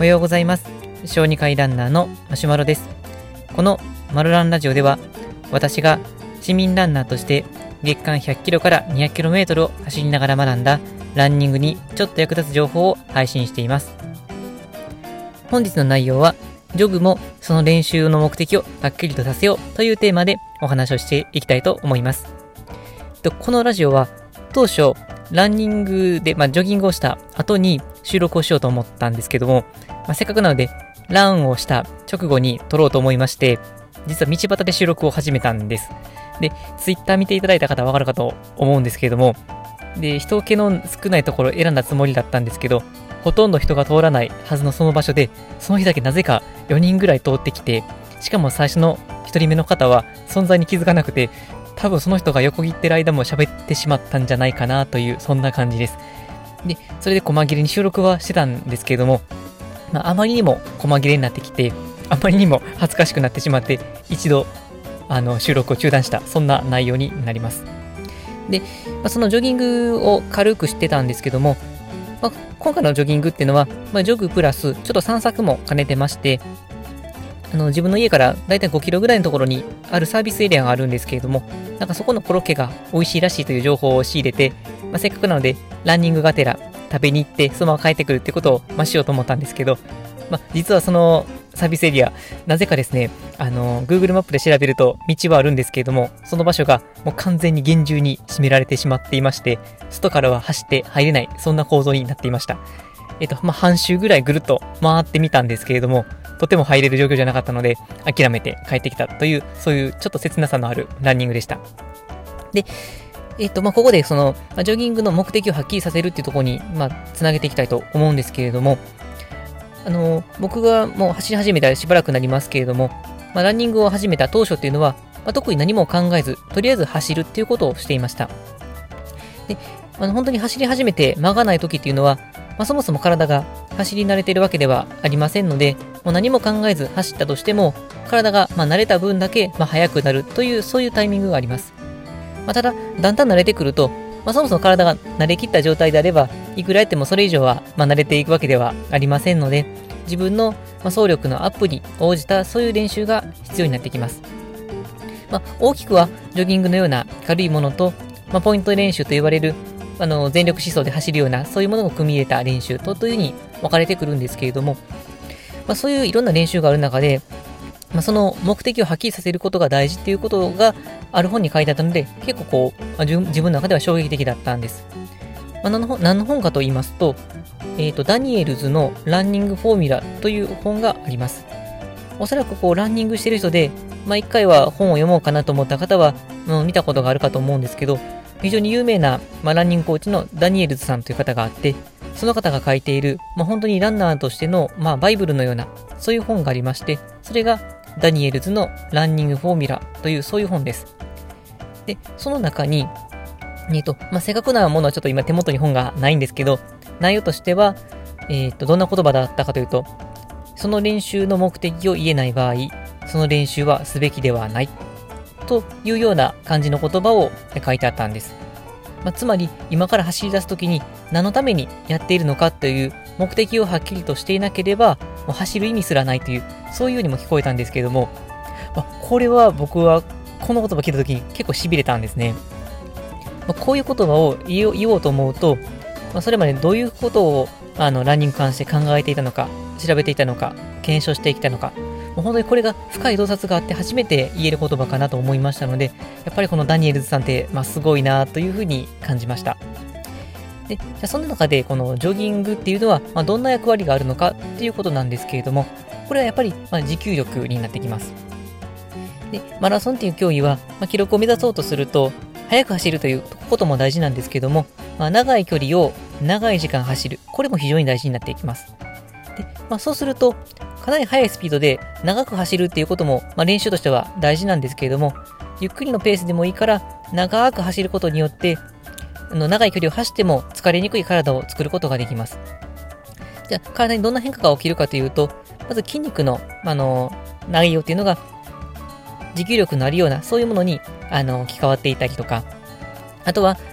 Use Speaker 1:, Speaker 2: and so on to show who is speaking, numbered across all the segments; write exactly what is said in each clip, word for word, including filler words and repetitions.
Speaker 1: おはようございます。小児科医ランナーのマシュマロです。このマルランラジオでは、私が市民ランナーとして月間ひゃっキロからにひゃくキロメートルを走りながら学んだランニングにちょっと役立つ情報を配信しています。本日の内容は、ジョグもその練習の目的をはっきりとさせようというテーマでお話をしていきたいと思います。このラジオは当初ランニングで、まあ、ジョギングをした後に収録をしようと思ったんですけども、まあ、せっかくなのでランをした直後に撮ろうと思いまして、実は道端で収録を始めたんです。で、ツイッター見ていただいた方はわかるかと思うんですけれども、で、人気の少ないところを選んだつもりだったんですけど、ほとんど人が通らないはずのその場所で、その日だけなぜかよにんぐらい通ってきて、しかも最初のひとりめの方は存在に気づかなくて、多分その人が横切ってる間も喋ってしまったんじゃないかなという、そんな感じです。で、それで細切れに収録はしてたんですけれども、まあ、あまりにも細切れになってきて、あまりにも恥ずかしくなってしまって、一度あの収録を中断した、そんな内容になります。で、まあ、そのジョギングを軽くしてたんですけども、まあ、今回のジョギングっていうのは、まあ、ジョグプラスちょっと散策も兼ねてまして、あの自分の家からだいたいごキロぐらいのところにあるサービスエリアがあるんですけれども、なんかそこのコロッケが美味しいらしいという情報を仕入れて、まあ、せっかくなのでランニングがてら食べに行ってそのまま帰ってくるってことを、まあ、しようと思ったんですけど、まあ、実はそのサービスエリア、なぜかですね、あの Google マップで調べると道はあるんですけれども、その場所がもう完全に厳重に閉められてしまっていまして、外からは走って入れない、そんな構造になっていました。えっと、まあ、半周ぐらいぐるっと回ってみたんですけれども、とても入れる状況じゃなかったので、諦めて帰ってきたという、そういうちょっと切なさのあるランニングでした。で、えっと、まあ、ここでその、まあ、ジョギングの目的をはっきりさせるっていうところに、まあ、つなげていきたいと思うんですけれども、あの、僕がもう走り始めたしばらくなりますけれども、まあ、ランニングを始めた当初っていうのは、まあ、特に何も考えず、とりあえず走るっていうことをしていました。で、あの本当に走り始めて間がない時っていうのは、まあ、そもそも体が走り慣れているわけではありませんので、もう何も考えず走ったとしても、体がまあ慣れた分だけまあ速くなるという、そういうタイミングがあります。まあ、ただ、だんだん慣れてくると、まあ、そもそも体が慣れきった状態であれば、いくらやってもそれ以上はまあ慣れていくわけではありませんので、自分のまあ走力のアップに応じたそういう練習が必要になってきます。まあ、大きくはジョギングのような軽いものと、まあ、ポイント練習と言われるあの全力疾走で走るような、そういうものを組み入れた練習とというふうに分かれてくるんですけれども、まあ、そういういろんな練習がある中で、まあ、その目的をはっきりさせることが大事っていうことがある本に書いてあったので、結構こう、まあ、自分自分の中では衝撃的だったんです。まあ、何の本何の本かと言いますと、えーと、ダニエルズのランニングフォーミュラという本があります。おそらくこうランニングしてる人で、まあ、一回は本を読もうかなと思った方は、うん、見たことがあるかと思うんですけど、非常に有名な、まあ、ランニングコーチのダニエルズさんという方があって、その方が書いている、まあ、本当にランナーとしての、まあ、バイブルのような、そういう本がありまして、それがダニエルズのランニングフォーミュラという、そういう本です。で、その中に、えっと、まあ、正確なものはちょっと今手元に本がないんですけど、内容としては、えっと、どんな言葉だったかというと、その練習の目的を言えない場合、その練習はすべきではない。というような感じの言葉を書いてあったんです。まあ、つまり、今から走り出すときに何のためにやっているのかという目的をはっきりとしていなければ、もう走る意味すらないという、そういうようにも聞こえたんですけれども、まあ、これは僕はこの言葉聞いたときに結構痺れたんですね。まあ、こういう言葉を言おう、言おうと思うと、まあ、それまでどういうことをあのランニングに関して考えていたのか、調べていたのか、検証してきたのか、もう本当にこれが深い洞察があって初めて言える言葉かなと思いましたので、やっぱりこのダニエルズさんって、まあ、すごいなというふうに感じました。で、じゃあその中でこのジョギングっていうのは、まあ、どんな役割があるのかっていうことなんですけれども、これはやっぱりまあ持久力になってきます。で、マラソンっていう競技は、まあ、記録を目指そうとすると、速く走るということも大事なんですけども、まあ、長い距離を長い時間走る、これも非常に大事になっていきます。で、まあ、そうすると、かなり速いスピードで長く走るっていうことも、まあ、練習としては大事なんですけれども、ゆっくりのペースでもいいから長く走ることによって、あの長い距離を走っても疲れにくい体を作ることができます。じゃあ体にどんな変化が起きるかというと、まず筋肉の、あの内容っていうのが持久力のあるようなそういうものにあの置き換わっていたりとか、あとは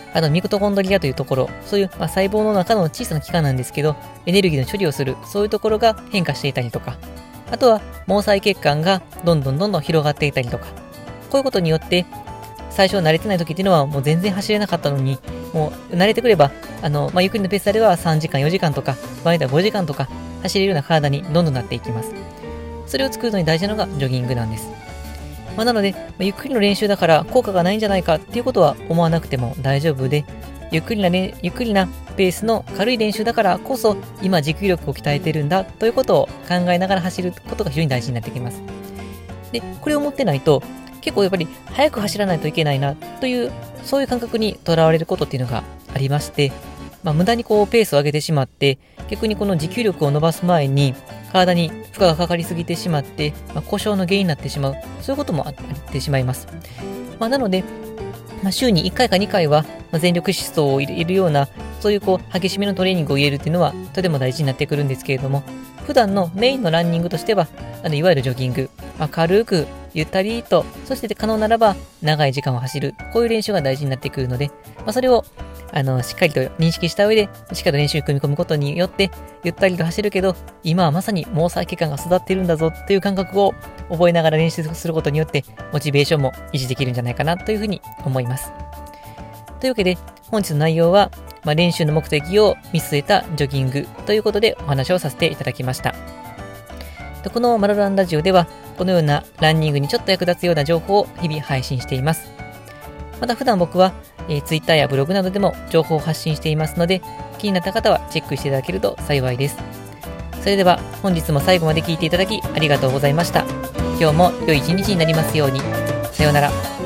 Speaker 1: あのミトコンドリアというところ、そういう、まあ、細胞の中の小さな器官なんですけど、エネルギーの処理をする、そういうところが変化していたりとか、あとは毛細血管がどんどんどんどん広がっていたりとか、こういうことによって、最初慣れてない時っていうのはもう全然走れなかったのに、もう慣れてくれば、あの、まあ、ゆっくりのペースではさんじかん、よじかんとか、場合によってはごじかんとか走れるような体にどんどんなっていきます。それを作るのに大事なのがジョギングなんです。まあ、なので、まあ、ゆっくりの練習だから効果がないんじゃないかっていうことは思わなくても大丈夫で、ゆっくりなれゆっくりなペースの軽い練習だからこそ、今持久力を鍛えてるんだということを考えながら走ることが非常に大事になってきます。で、これを持ってないと、結構やっぱり速く走らないといけないなという、そういう感覚にとらわれることっていうのがありまして、まあ、無駄にこうペースを上げてしまって、逆にこの持久力を伸ばす前に体に負荷がかかりすぎてしまって、まあ、故障の原因になってしまう、そういうこともあってしまいます。まあ、なので、まあ、週にいっかいかにかいは全力疾走を入れるような、そういうこう激しめのトレーニングを入れるっていうのはとても大事になってくるんですけれども、普段のメインのランニングとしては、あのいわゆるジョギング、まあ、軽くゆったりと、そして可能ならば長い時間を走る、こういう練習が大事になってくるので、まあ、それをあのしっかりと認識した上で、しっかりと練習に組み込むことによって、ゆったりと走るけど、今はまさに毛細血管が育っているんだぞという感覚を覚えながら練習することによって、モチベーションも維持できるんじゃないかなというふうに思います。というわけで、本日の内容は、まあ、練習の目的を見据えたジョギングということでお話をさせていただきました。でこのマルランラジオでは、このようなランニングにちょっと役立つような情報を日々配信しています。また普段僕は、えー、Twitter やブログなどでも情報を発信していますので、気になった方はチェックしていただけると幸いです。それでは本日も最後まで聞いていただきありがとうございました。今日も良い一日になりますように。さようなら。